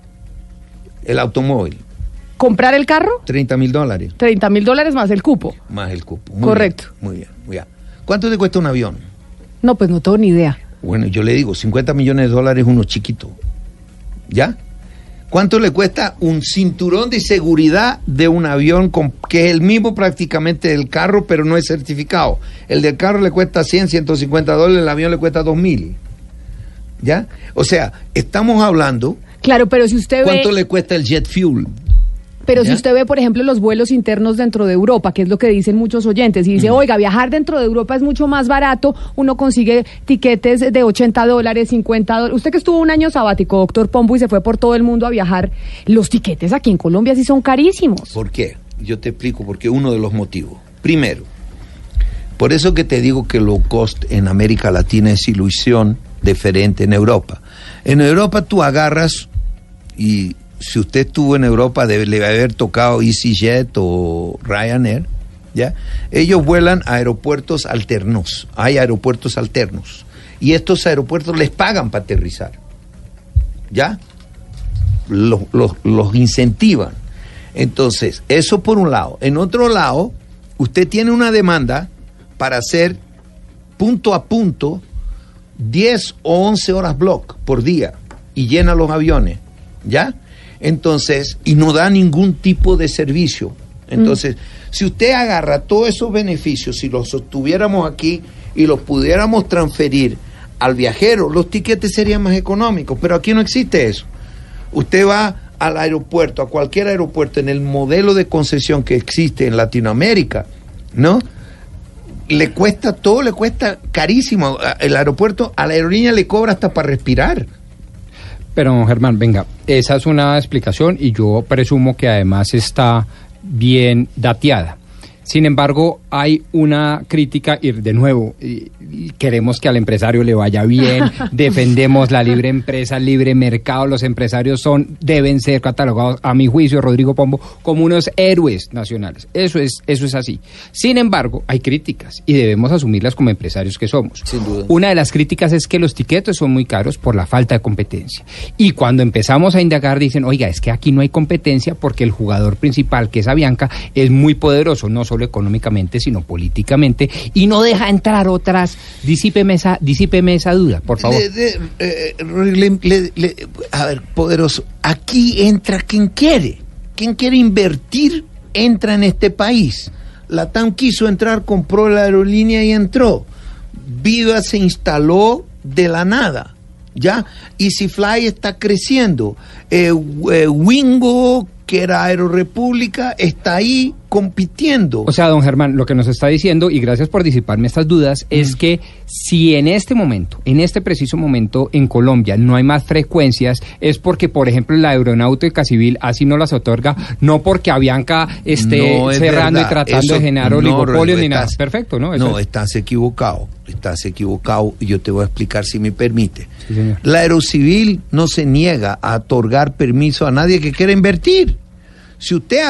El automóvil. ¿Comprar el carro? $30,000. $30,000 más el cupo. Más el cupo. Correcto. Muy bien. ¿Cuánto te cuesta un avión? No, pues no tengo ni idea. Bueno, yo le digo, $50 millones uno chiquito. ¿Ya? ¿Cuánto le cuesta un cinturón de seguridad de un avión que es el mismo prácticamente del carro, pero no es certificado? El del carro le cuesta $100, $150, el avión le cuesta $2,000. ¿Ya? O sea, estamos hablando... Claro, pero si usted ve... ¿Cuánto le cuesta el jet fuel? Pero si usted ve, por ejemplo, los vuelos internos dentro de Europa, que es lo que dicen muchos oyentes, y dice, oiga, viajar dentro de Europa es mucho más barato, uno consigue tiquetes de $80, $50. Usted que estuvo un año sabático, doctor Pombo, y se fue por todo el mundo a viajar, los tiquetes aquí en Colombia sí son carísimos. ¿Por qué? Yo te explico, porque uno de los motivos. Primero, por eso que te digo que low cost en América Latina es ilusión diferente en Europa. En Europa tú agarras, y si usted estuvo en Europa debe haber tocado EasyJet o Ryanair, ¿ya? Ellos vuelan a aeropuertos alternos, hay aeropuertos alternos, y estos aeropuertos les pagan para aterrizar, ¿ya? Los incentivan. Entonces, eso por un lado. En otro lado, usted tiene una demanda para hacer punto a punto 10 o 11 horas block por día y llena los aviones, ¿ya? Entonces, y no da ningún tipo de servicio. Entonces, si usted agarra todos esos beneficios, si los sostuviéramos aquí y los pudiéramos transferir al viajero, los tiquetes serían más económicos, pero aquí no existe eso. Usted va al aeropuerto, a cualquier aeropuerto, en el modelo de concesión que existe en Latinoamérica, ¿no? Le cuesta todo, le cuesta carísimo. El aeropuerto, a la aerolínea le cobra hasta para respirar. Pero, Germán, venga, esa es una explicación y yo presumo que además está bien dateada. Sin embargo, hay una crítica y de nuevo, queremos que al empresario le vaya bien, defendemos la libre empresa, libre mercado, los empresarios deben ser catalogados, a mi juicio, Rodrigo Pombo, como unos héroes nacionales. Eso es así. Sin embargo, hay críticas y debemos asumirlas como empresarios que somos. Sin duda. Una de las críticas es que los tiquetes son muy caros por la falta de competencia. Y cuando empezamos a indagar dicen, oiga, es que aquí no hay competencia porque el jugador principal, que es Avianca, es muy poderoso, no solo económicamente, sino políticamente, y no deja entrar otras. Disípeme esa duda, por favor. A ver, poderoso, aquí entra quien quiere. Quien quiere invertir, entra en este país. Latam quiso entrar, compró la aerolínea y entró. Viva se instaló de la nada, ¿ya? EasyFly está creciendo. Wingo, que era Aerorepública, está ahí compitiendo. O sea, don Germán, lo que nos está diciendo, y gracias por disiparme estas dudas, es que si en este momento, en este preciso momento en Colombia no hay más frecuencias, es porque, por ejemplo, la aeronáutica civil así no las otorga, no porque Avianca esté No es cerrando verdad. y tratando Eso de generar no, oligopolios ni nada. estás- Perfecto, ¿no? Eso No, es. estás equivocado. Y yo te voy a explicar si me permite. Sí, señor. La Aerocivil no se niega a otorgar permiso a nadie que quiera invertir. Si usted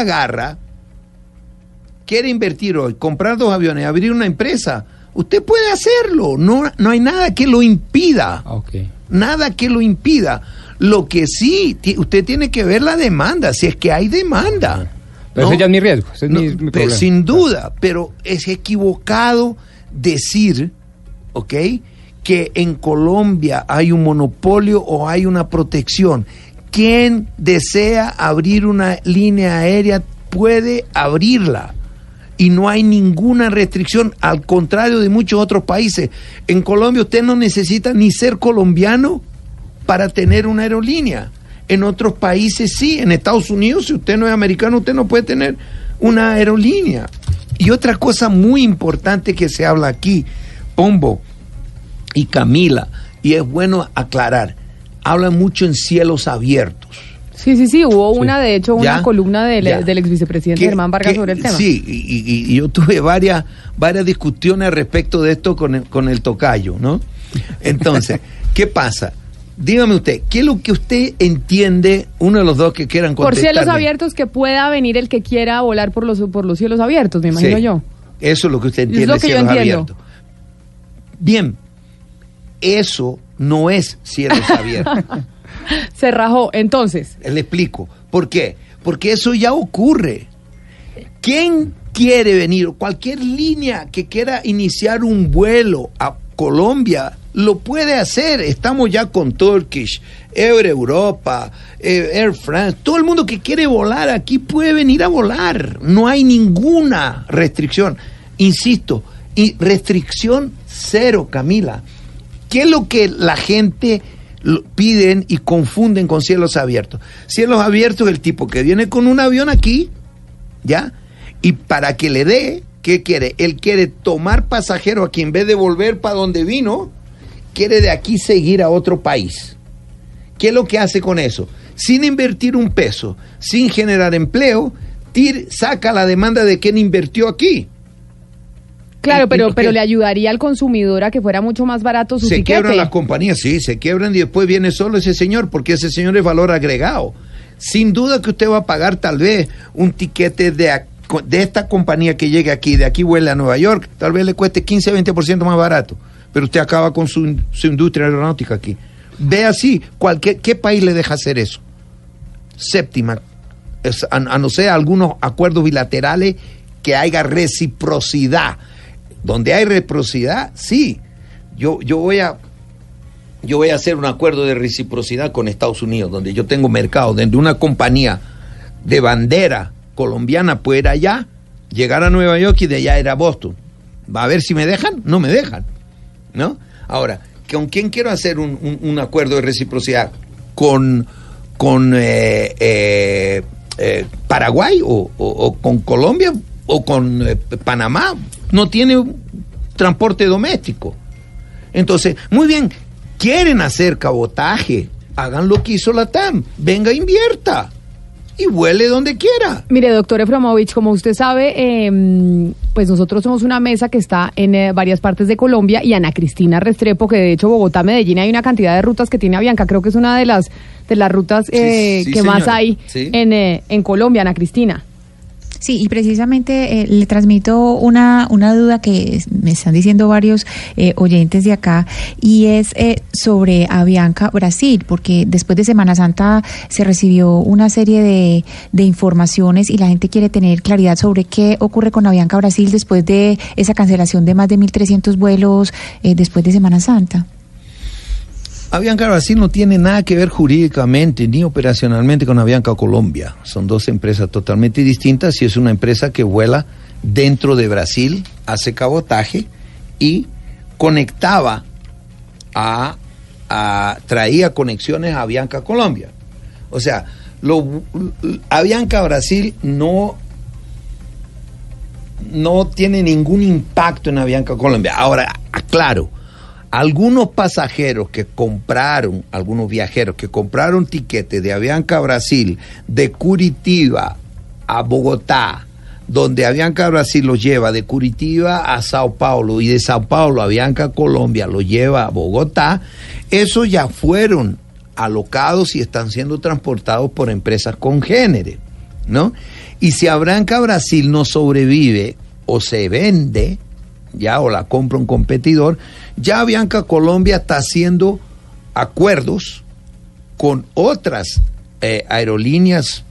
quiere invertir hoy, comprar 2 aviones, abrir una empresa, usted puede hacerlo. No hay nada que lo impida. Ok. Nada que lo impida. Lo que sí, usted tiene que ver la demanda, si es que hay demanda. Pero ¿no? ese ya es mi riesgo, ese es No, mi problema. sin duda, pero es equivocado decir, ¿ok?, que en Colombia hay un monopolio o hay una protección. Quien desea abrir una línea aérea puede abrirla y no hay ninguna restricción, al contrario de muchos otros países. En Colombia usted no necesita ni ser colombiano para tener una aerolínea. En otros países sí, en Estados Unidos, si usted no es americano, usted no puede tener una aerolínea. Y otra cosa muy importante que se habla aquí, Pombo y Camila, y es bueno aclarar, hablan mucho en cielos abiertos. Sí, hubo una, de hecho, una ¿Ya? columna del Ya. ex vicepresidente Germán Vargas sobre el tema. Sí, y yo tuve varias discusiones al respecto de esto con el tocayo, ¿no? Entonces, ¿qué pasa? Dígame usted, ¿qué es lo que usted entiende, uno de los dos que quieran Por contestarme? cielos abiertos, que pueda venir el que quiera volar por los cielos abiertos, me imagino Sí, yo. Eso es lo que usted Es entiende, lo que yo cielos entiendo. abiertos. Bien, eso no es cielos abiertos. Se rajó. Entonces, Le explico. ¿Por qué? Porque eso ya ocurre. ¿Quién quiere venir? Cualquier línea que quiera iniciar un vuelo a Colombia lo puede hacer. Estamos ya con Turkish, Air Europa, Air France. Todo el mundo que quiere volar aquí puede venir a volar. No hay ninguna restricción. Insisto, y restricción cero, Camila. ¿Qué es lo que la gente piden y confunden con cielos abiertos? Cielos abiertos es el tipo que viene con un avión aquí, ¿ya? Y para que le dé, ¿qué quiere? Él quiere tomar pasajero aquí en vez de volver para donde vino, quiere de aquí seguir a otro país. ¿Qué es lo que hace con eso? Sin invertir un peso, sin generar empleo, saca la demanda de quien invirtió aquí. claro, ¿Y pero por qué? le ayudaría al consumidor a que fuera mucho más barato su Se tiquete. quiebran las compañías, sí, se quiebran y después viene solo ese señor, porque ese señor es valor agregado. Sin duda que usted va a pagar tal vez un tiquete de esta compañía que llegue aquí, de aquí vuela a Nueva York, tal vez le cueste 15-20% más barato, pero usted acaba con su industria aeronáutica aquí. Ve así, ¿qué país le deja hacer eso? Séptima, a no ser algunos acuerdos bilaterales que haya reciprocidad. Donde hay reciprocidad, sí. Yo voy a hacer un acuerdo de reciprocidad con Estados Unidos, donde yo tengo mercado, donde una compañía de bandera colombiana puede ir allá, llegar a Nueva York y de allá ir a Boston. Va a ver si me dejan, no me dejan, ¿no? Ahora, ¿con quién quiero hacer un acuerdo de reciprocidad? ¿Con Paraguay o con Colombia o con Panamá? No tiene transporte doméstico. Entonces, muy bien, quieren hacer cabotaje, hagan lo que hizo la TAM, venga, invierta y vuele donde quiera. Mire, doctor Efromovich, como usted sabe, pues nosotros somos una mesa que está en varias partes de Colombia, y Ana Cristina Restrepo, que de hecho Bogotá, Medellín, hay una cantidad de rutas que tiene Avianca, creo que es una de las rutas Sí, que señora. más hay Sí. en Colombia, Ana Cristina. Sí, y precisamente le transmito una duda que me están diciendo varios oyentes de acá, y es sobre Avianca Brasil, porque después de Semana Santa se recibió una serie de informaciones y la gente quiere tener claridad sobre qué ocurre con Avianca Brasil después de esa cancelación de más de 1.300 vuelos después de Semana Santa. Avianca Brasil no tiene nada que ver jurídicamente ni operacionalmente con Avianca Colombia. Son dos empresas totalmente distintas, y es una empresa que vuela dentro de Brasil, hace cabotaje y conectaba traía conexiones a Avianca Colombia. O sea, Avianca Brasil no no tiene ningún impacto en Avianca Colombia. Ahora, aclaro, algunos pasajeros que compraron, algunos viajeros que compraron tiquetes de Avianca Brasil de Curitiba a Bogotá, donde Avianca Brasil los lleva de Curitiba a Sao Paulo y de Sao Paulo Avianca Colombia los lleva a Bogotá, esos ya fueron alocados y están siendo transportados por empresas congéneres, ¿no? Y si Avianca Brasil no sobrevive o se vende, ya, o la compra un competidor, ya Avianca Colombia está haciendo acuerdos con otras aerolíneas,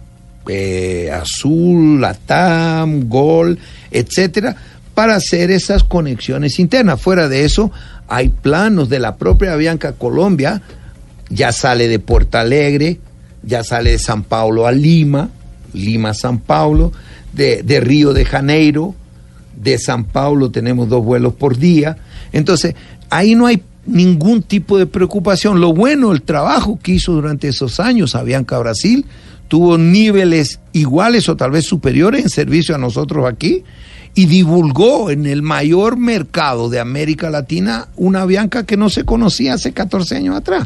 Azul, Latam, Gol, etcétera, para hacer esas conexiones internas. Fuera de eso, hay planos de la propia Avianca Colombia, ya sale de Porto Alegre, ya sale de San Paulo a Lima, Lima a San Paulo, de Río de Janeiro, de San Paulo tenemos 2 vuelos por día. Entonces, ahí no hay ningún tipo de preocupación. Lo bueno, el trabajo que hizo durante esos años Avianca Brasil, tuvo niveles iguales o tal vez superiores en servicio a nosotros aquí, y divulgó en el mayor mercado de América Latina una Avianca que no se conocía hace 14 años atrás.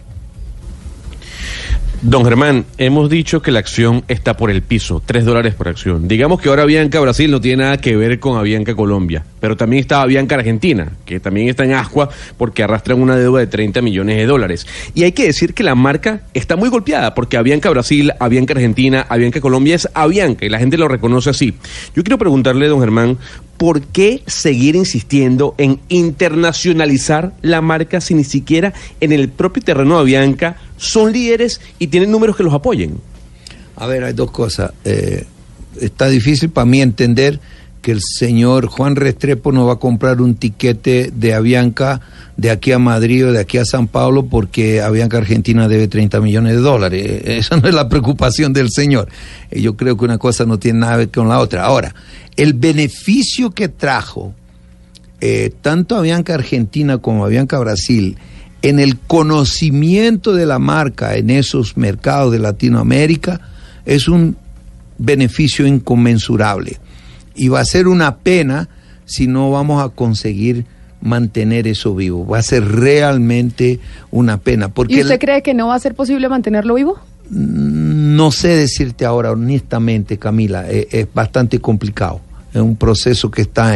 Don Germán, hemos dicho que la acción está por el piso, $3 por acción. Digamos que ahora Avianca Brasil no tiene nada que ver con Avianca Colombia, pero también está Avianca Argentina, que también está en ascua porque arrastran una deuda de $30 millones. Y hay que decir que la marca está muy golpeada porque Avianca Brasil, Avianca Argentina, Avianca Colombia es Avianca y la gente lo reconoce así. Yo quiero preguntarle, don Germán, ¿por qué seguir insistiendo en internacionalizar la marca si ni siquiera en el propio terreno de Avianca son líderes y tienen números que los apoyen? A ver, hay dos cosas. Está difícil para mí entender que el señor Juan Restrepo no va a comprar un tiquete de Avianca de aquí a Madrid o de aquí a San Paulo porque Avianca Argentina debe $30 millones. Esa no es la preocupación del señor. Yo creo que una cosa no tiene nada que ver con la otra. Ahora, el beneficio que trajo tanto Avianca Argentina como Avianca Brasil en el conocimiento de la marca en esos mercados de Latinoamérica es un beneficio inconmensurable. Y va a ser una pena si no vamos a conseguir mantener eso vivo. Va a ser realmente una pena. Porque ¿y usted cree que no va a ser posible mantenerlo vivo? No sé decirte ahora, honestamente, Camila. Es bastante complicado. Es un proceso que está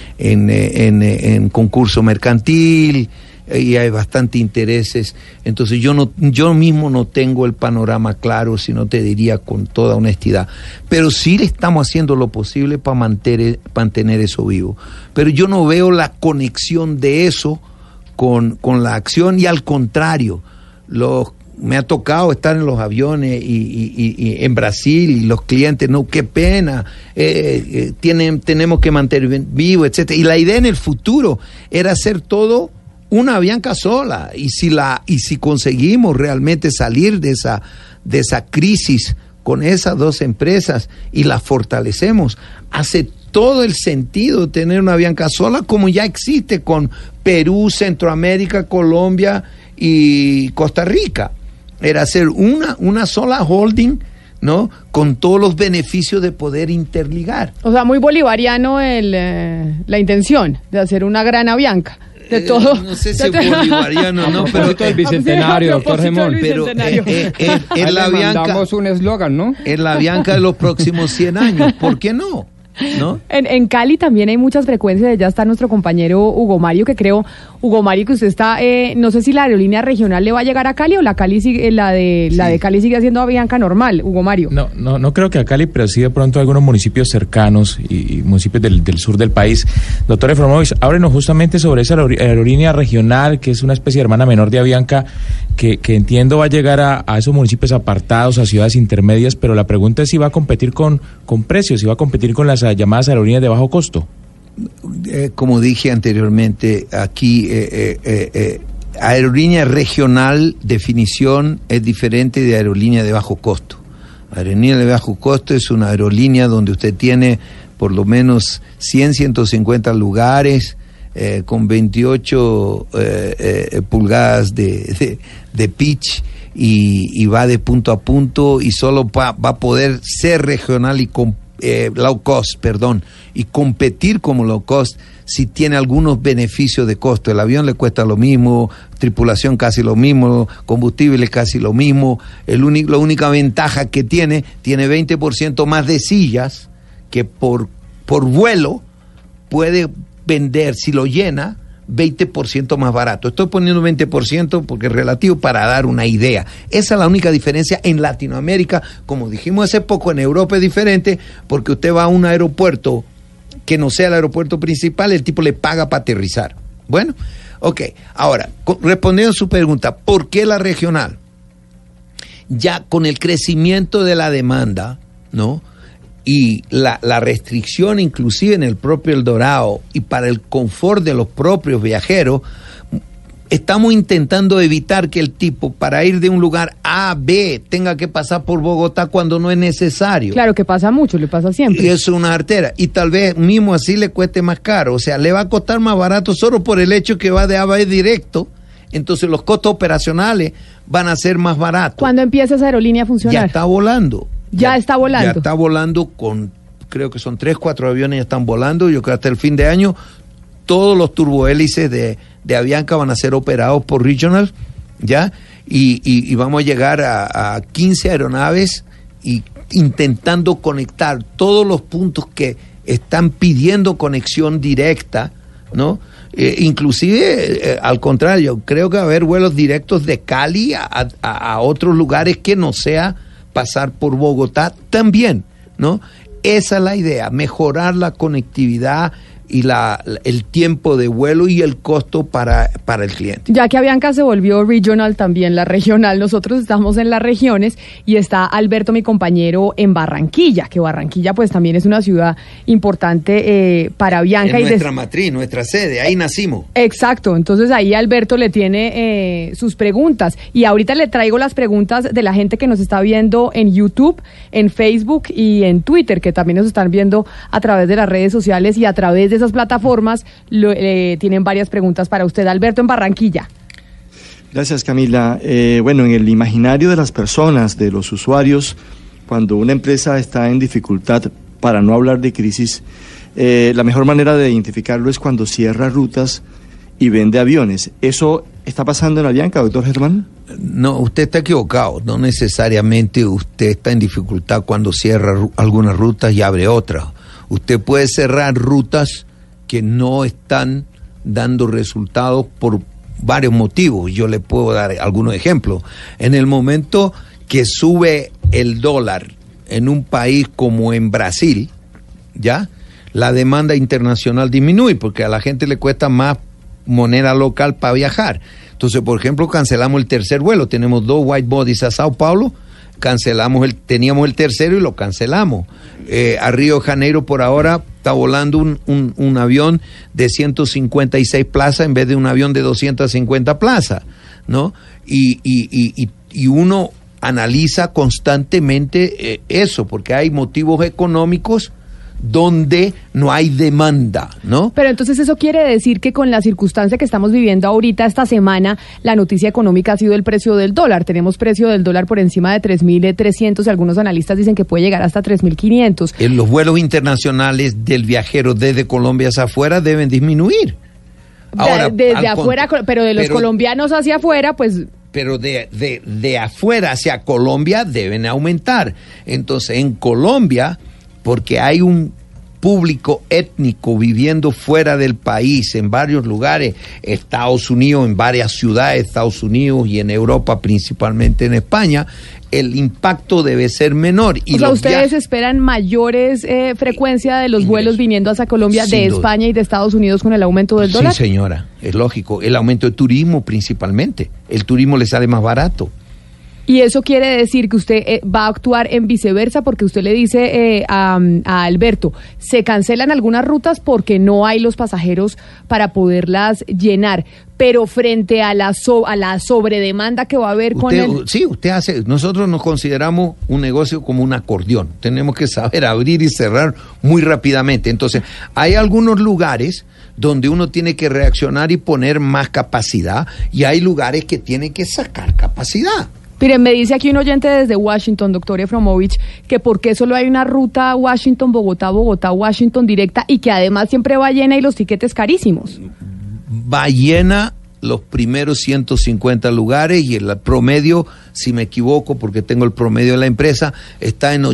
en concurso mercantil y hay bastante intereses. Entonces yo mismo no tengo el panorama claro, si no te diría con toda honestidad. Pero sí estamos haciendo lo posible para mantener eso vivo. Pero yo no veo la conexión de eso con la acción, y al contrario, me ha tocado estar en los aviones y en Brasil, y los clientes, no, qué pena, tenemos que mantener vivo, etcétera. Y la idea en el futuro era hacer todo una Avianca sola, y si conseguimos realmente salir de esa crisis con esas dos empresas y las fortalecemos, hace todo el sentido tener una Avianca sola, como ya existe con Perú, Centroamérica, Colombia y Costa Rica. Era hacer una sola holding, ¿no? Con todos los beneficios de poder interligar. O sea, muy bolivariano la intención de hacer una gran Avianca. De todo. No sé si es bolivariano, ¿no? Pero todo el bicentenario, doctor Gemón. Pero es la Avianca. Mandamos un eslogan, ¿no? Es la Avianca de los próximos 100 años. ¿Por qué no? ¿No? En Cali también hay muchas frecuencias. Ya está nuestro compañero Hugo Mario, que creo, Hugo Mario, que usted está, no sé si la aerolínea regional le va a llegar a Cali o la de Cali sigue haciendo Avianca normal, Hugo Mario. No creo que a Cali, pero sí de pronto a algunos municipios cercanos y municipios del sur del país. Doctor Efromovich, ábrenos justamente sobre esa aerolínea regional, que es una especie de hermana menor de Avianca, que entiendo va a llegar a esos municipios apartados, a ciudades intermedias, pero la pregunta es si va a competir con precios, si va a competir con las llamadas aerolíneas de bajo costo. Como dije anteriormente, aquí aerolínea regional, definición, es diferente de aerolínea de bajo costo. Aerolínea de bajo costo es una aerolínea donde usted tiene por lo menos 150 lugares, con 28 pulgadas de pitch, y va de punto a punto, y solo va a poder ser regional y low cost, y competir como low cost si tiene algunos beneficios de costo. El avión le cuesta lo mismo, tripulación casi lo mismo, combustible casi lo mismo. La única ventaja que tiene 20% más de sillas que por vuelo puede vender, si lo llena, 20% más barato. Estoy poniendo 20% porque es relativo para dar una idea. Esa es la única diferencia en Latinoamérica. Como dijimos hace poco, en Europa es diferente porque usted va a un aeropuerto que no sea el aeropuerto principal, el tipo le paga para aterrizar. Bueno, ok. Ahora, respondiendo a su pregunta, ¿por qué la regional? Ya con el crecimiento de la demanda, ¿no? Y la restricción inclusive en el propio El Dorado y para el confort de los propios viajeros, estamos intentando evitar que el tipo para ir de un lugar A a B tenga que pasar por Bogotá cuando no es necesario. Claro que pasa mucho, le pasa siempre. Y eso es una artera. Y tal vez mismo así le cueste más caro. O sea, le va a costar más barato solo por el hecho que va de A a B directo. Entonces los costos operacionales van a ser más baratos. ¿Cuándo empieza esa aerolínea a funcionar? Ya está volando. Ya está volando. Ya está volando creo que son 3, 4 aviones ya están volando. Yo creo que hasta el fin de año todos los turbohélices de Avianca van a ser operados por Regional, ¿ya? Y vamos a llegar a 15 aeronaves y intentando conectar todos los puntos que están pidiendo conexión directa, ¿no? Inclusive, al contrario, creo que va a haber vuelos directos de Cali a otros lugares que no sea pasar por Bogotá también, ¿no? Esa es la idea, mejorar la conectividad y el tiempo de vuelo y el costo para el cliente. Ya que Avianca se volvió regional, también la regional, nosotros estamos en las regiones y está Alberto, mi compañero, en Barranquilla, que Barranquilla pues también es una ciudad importante para Avianca. Es nuestra matriz, nuestra sede, ahí nacimos. Exacto, entonces ahí Alberto le tiene sus preguntas y ahorita le traigo las preguntas de la gente que nos está viendo en YouTube, en Facebook y en Twitter, que también nos están viendo a través de las redes sociales y a través de esas plataformas. Tienen varias preguntas para usted, Alberto, en Barranquilla. Gracias, Camila. Bueno, en el imaginario de las personas, de los usuarios, cuando una empresa está en dificultad, para no hablar de crisis, la mejor manera de identificarlo es cuando cierra rutas y vende aviones. ¿Eso está pasando en Avianca, doctor Germán? No, usted está equivocado. No necesariamente usted está en dificultad cuando cierra algunas rutas y abre otras. Usted puede cerrar rutas que no están dando resultados por varios motivos. Yo le puedo dar algunos ejemplos. En el momento que sube el dólar en un país como en Brasil, ¿ya? La demanda internacional disminuye porque a la gente le cuesta más moneda local para viajar. Entonces, por ejemplo, cancelamos el tercer vuelo. Tenemos 2 white bodies a Sao Paulo. Teníamos el tercero y lo cancelamos. A Río de Janeiro por ahora está volando un avión de 156 plazas en vez de un avión de 250 plazas, ¿no? Y uno analiza constantemente eso, porque hay motivos económicos donde no hay demanda, ¿no? Pero entonces eso quiere decir que con la circunstancia que estamos viviendo ahorita, esta semana, la noticia económica ha sido el precio del dólar. Tenemos precio del dólar por encima de 3.300 y algunos analistas dicen que puede llegar hasta 3.500. Los vuelos internacionales del viajero desde Colombia hacia afuera deben disminuir. Ahora, desde afuera, pero de los colombianos hacia afuera, pues... Pero de afuera hacia Colombia deben aumentar. Entonces, en Colombia, porque hay un público étnico viviendo fuera del país, en varios lugares, Estados Unidos, en varias ciudades de Estados Unidos y en Europa, principalmente en España, el impacto debe ser menor. Y o sea, ¿ustedes esperan mayores frecuencia de los vuelos viniendo hacia Colombia de España y de Estados Unidos con el aumento del dólar? Sí, señora, es lógico. El aumento de turismo principalmente. El turismo le sale más barato. Y eso quiere decir que usted va a actuar en viceversa, porque usted le dice a Alberto, se cancelan algunas rutas porque no hay los pasajeros para poderlas llenar, pero frente a la sobredemanda que va a haber Sí, nosotros nos consideramos un negocio como un acordeón, tenemos que saber abrir y cerrar muy rápidamente. Entonces, hay algunos lugares donde uno tiene que reaccionar y poner más capacidad, y hay lugares que tiene que sacar capacidad. Miren, me dice aquí un oyente desde Washington, doctor Efromovich, que por qué solo hay una ruta Washington-Bogotá, Bogotá-Washington directa y que además siempre va llena y los tiquetes carísimos. Va llena los primeros 150 lugares y el promedio, si me equivoco, porque tengo el promedio de la empresa, está en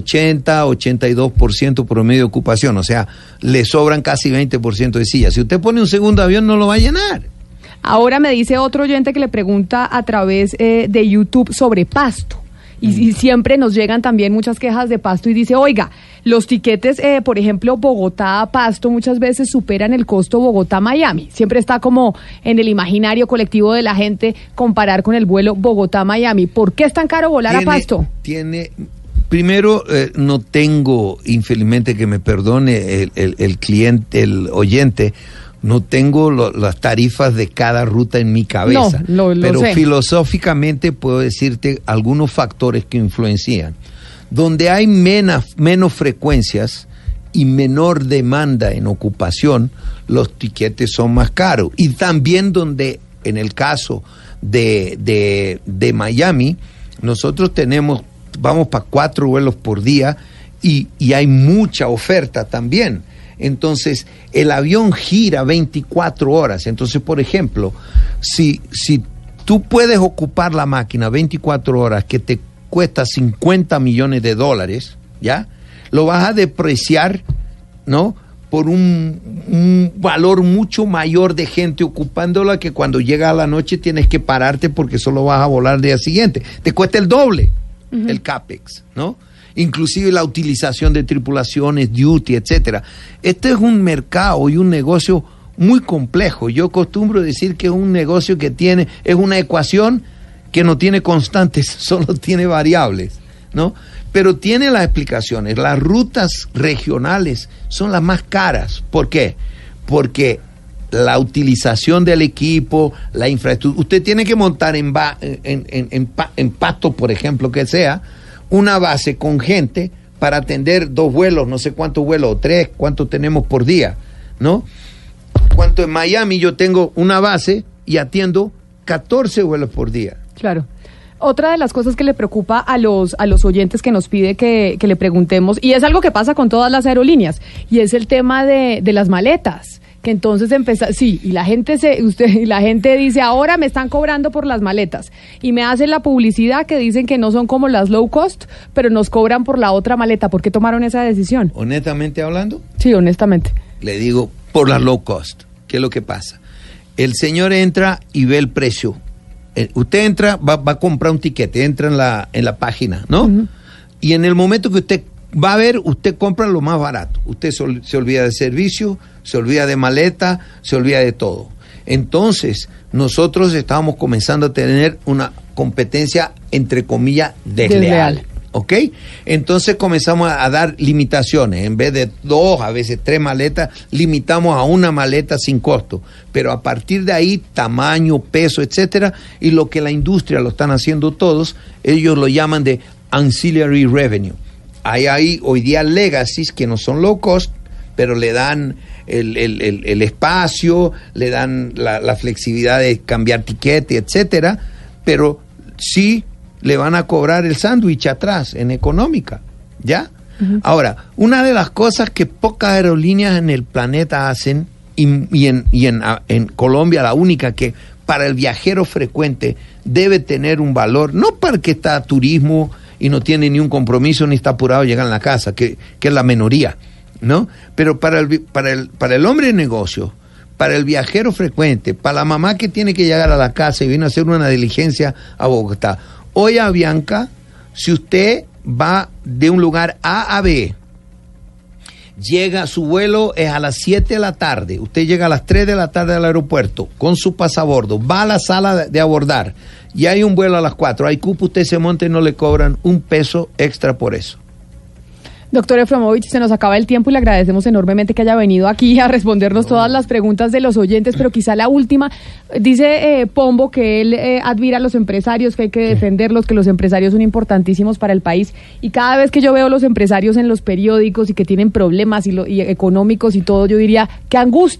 80-82% promedio de ocupación, o sea, le sobran casi 20% de sillas. Si usted pone un segundo avión, no lo va a llenar. Ahora me dice otro oyente que le pregunta a través de YouTube sobre Pasto. Y siempre nos llegan también muchas quejas de Pasto y dice, oiga, los tiquetes, por ejemplo, Bogotá-Pasto muchas veces superan el costo Bogotá-Miami. Siempre está como en el imaginario colectivo de la gente comparar con el vuelo Bogotá-Miami. ¿Por qué es tan caro volar a Pasto? Primero, no tengo, infelizmente, que me perdone el cliente, el oyente, no tengo las tarifas de cada ruta en mi cabeza, pero sé. Filosóficamente puedo decirte algunos factores que influencian. Donde hay menos frecuencias y menor demanda en ocupación, los tiquetes son más caros. Y también donde, en el caso de Miami, nosotros vamos para 4 vuelos por día y hay mucha oferta también. Entonces, el avión gira 24 horas. Entonces, por ejemplo, si tú puedes ocupar la máquina 24 horas que te cuesta $50 millones, ¿ya? Lo vas a depreciar, ¿no? Por un valor mucho mayor de gente ocupándola que cuando llega a la noche tienes que pararte porque solo vas a volar al día siguiente. Te cuesta el doble, el CAPEX, ¿no? Inclusive la utilización de tripulaciones, duty, etcétera. Este es un mercado y un negocio muy complejo. Yo acostumbro decir que es un negocio que es una ecuación que no tiene constantes, solo tiene variables, ¿no? Pero tiene las explicaciones. Las rutas regionales son las más caras. ¿Por qué? Porque la utilización del equipo, la infraestructura. Usted tiene que montar en Pasto, por ejemplo, que sea, una base con gente para atender 2 vuelos, no sé cuántos vuelos, o 3, cuántos tenemos por día, ¿no? Cuanto en Miami yo tengo una base y atiendo 14 vuelos por día. Claro. Otra de las cosas que le preocupa a los oyentes que nos pide que le preguntemos, y es algo que pasa con todas las aerolíneas, y es el tema de las maletas. Que entonces y la gente dice, ahora me están cobrando por las maletas, y me hacen la publicidad que dicen que no son como las low cost, pero nos cobran por la otra maleta. ¿Por qué tomaron esa decisión? ¿Honestamente hablando? Sí, honestamente. Le digo, por las low cost. ¿Qué es lo que pasa? El señor entra y ve el precio. Usted entra, va a comprar un tiquete, entra en la página, ¿no? Uh-huh. Y en el momento que usted va a ver, usted compra lo más barato. Usted se olvida de servicio, se olvida de maleta, se olvida de todo. Entonces, nosotros estábamos comenzando a tener una competencia, entre comillas, desleal. ¿Ok? Entonces comenzamos a dar limitaciones. En vez de 2, a veces 3 maletas, limitamos a una maleta sin costo. Pero a partir de ahí, tamaño, peso, etcétera, y lo que la industria lo están haciendo todos, ellos lo llaman de ancillary revenue. Hay hoy día legacies que no son low cost, pero le dan el espacio, le dan la flexibilidad de cambiar tiquete, etcétera, pero sí le van a cobrar el sándwich atrás en económica, ¿ya? Uh-huh. Ahora, una de las cosas que pocas aerolíneas en el planeta hacen, y en Colombia la única que para el viajero frecuente debe tener un valor, no para que está turismo y no tiene ni un compromiso ni está apurado a llegar a la casa, que es la minoría, ¿no? Pero para el hombre de negocio, para el viajero frecuente, para la mamá que tiene que llegar a la casa y viene a hacer una diligencia a Bogotá. Hoy a Avianca, si usted va de un lugar A a B, llega, su vuelo es a las 7 de la tarde, usted llega a las 3 de la tarde al aeropuerto con su pasabordo, va a la sala de abordar y hay un vuelo a las 4, hay cupo, usted se monta y no le cobran un peso extra por eso. Doctor Efromovich, se nos acaba el tiempo y le agradecemos enormemente que haya venido aquí a respondernos todas las preguntas de los oyentes, pero quizá la última, dice Pombo que él admira a los empresarios, que hay que defenderlos, que los empresarios son importantísimos para el país, y cada vez que yo veo los empresarios en los periódicos y que tienen problemas y económicos y todo, yo diría, qué angustia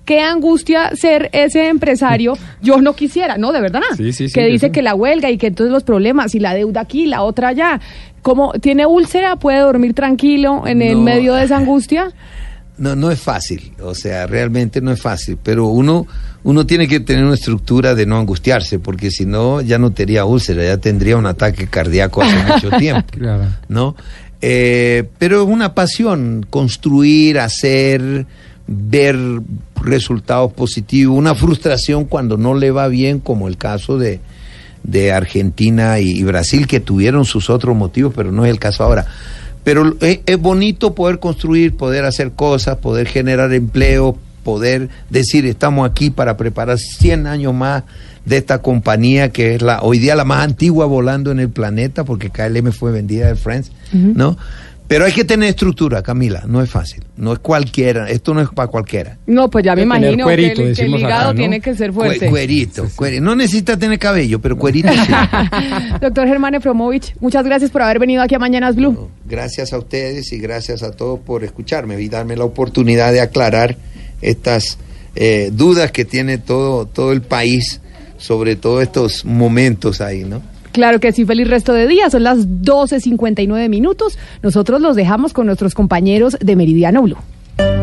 qué angustia ser ese empresario. Yo no quisiera, no, de verdad. Sí, que dice que la huelga y que entonces los problemas y la deuda aquí, la otra allá. ¿Cómo tiene úlcera? ¿Puede dormir tranquilo en el medio de esa angustia? No es fácil, o sea, realmente no es fácil, pero uno tiene que tener una estructura de no angustiarse, porque si no, ya no tendría úlcera, ya tendría un ataque cardíaco hace mucho tiempo, Claro. ¿no? Pero es una pasión, construir, hacer, ver resultados positivos, una frustración cuando no le va bien, como el caso de Argentina y Brasil, que tuvieron sus otros motivos, pero no es el caso ahora. Pero es bonito poder construir, poder hacer cosas, poder generar empleo, poder decir estamos aquí para preparar 100 años más de esta compañía que es hoy día la más antigua volando en el planeta, porque KLM fue vendida de France, ¿no? Pero hay que tener estructura, Camila, no es fácil, no es cualquiera, esto no es para cualquiera. No, pues ya me imagino cuerito, que el decimos hígado acá, ¿no? tiene que ser fuerte. Cuerito, no necesita tener cabello, pero cuerito sí. Doctor Germán Efromovich, muchas gracias por haber venido aquí a Mañanas Blue. Gracias a ustedes y gracias a todos por escucharme y darme la oportunidad de aclarar estas dudas que tiene todo el país sobre todos estos momentos ahí, ¿no? Claro que sí, feliz resto de día, son las 12:59 minutos. Nosotros los dejamos con nuestros compañeros de Meridiano Blue.